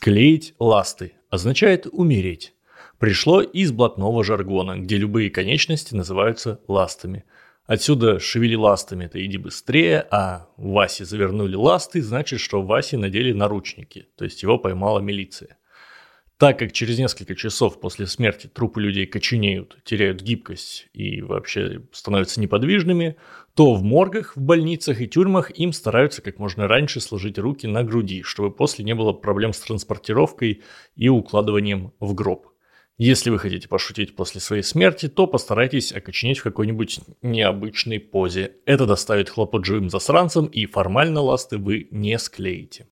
Склеить ласты означает умереть. Пришло из блатного жаргона, где любые конечности называются ластами. Отсюда «шевели ластами» – это «иди быстрее», а Васе завернули ласты, значит, что Васе надели наручники, то есть его поймала милиция. Так как через несколько часов после смерти трупы людей коченеют, теряют гибкость и вообще становятся неподвижными, то в моргах, в больницах и тюрьмах им стараются как можно раньше сложить руки на груди, чтобы после не было проблем с транспортировкой и укладыванием в гроб. Если вы хотите пошутить после своей смерти, то постарайтесь окоченеть в какой-нибудь необычной позе. Это доставит хлопот живым засранцам, и формально ласты вы не склеите.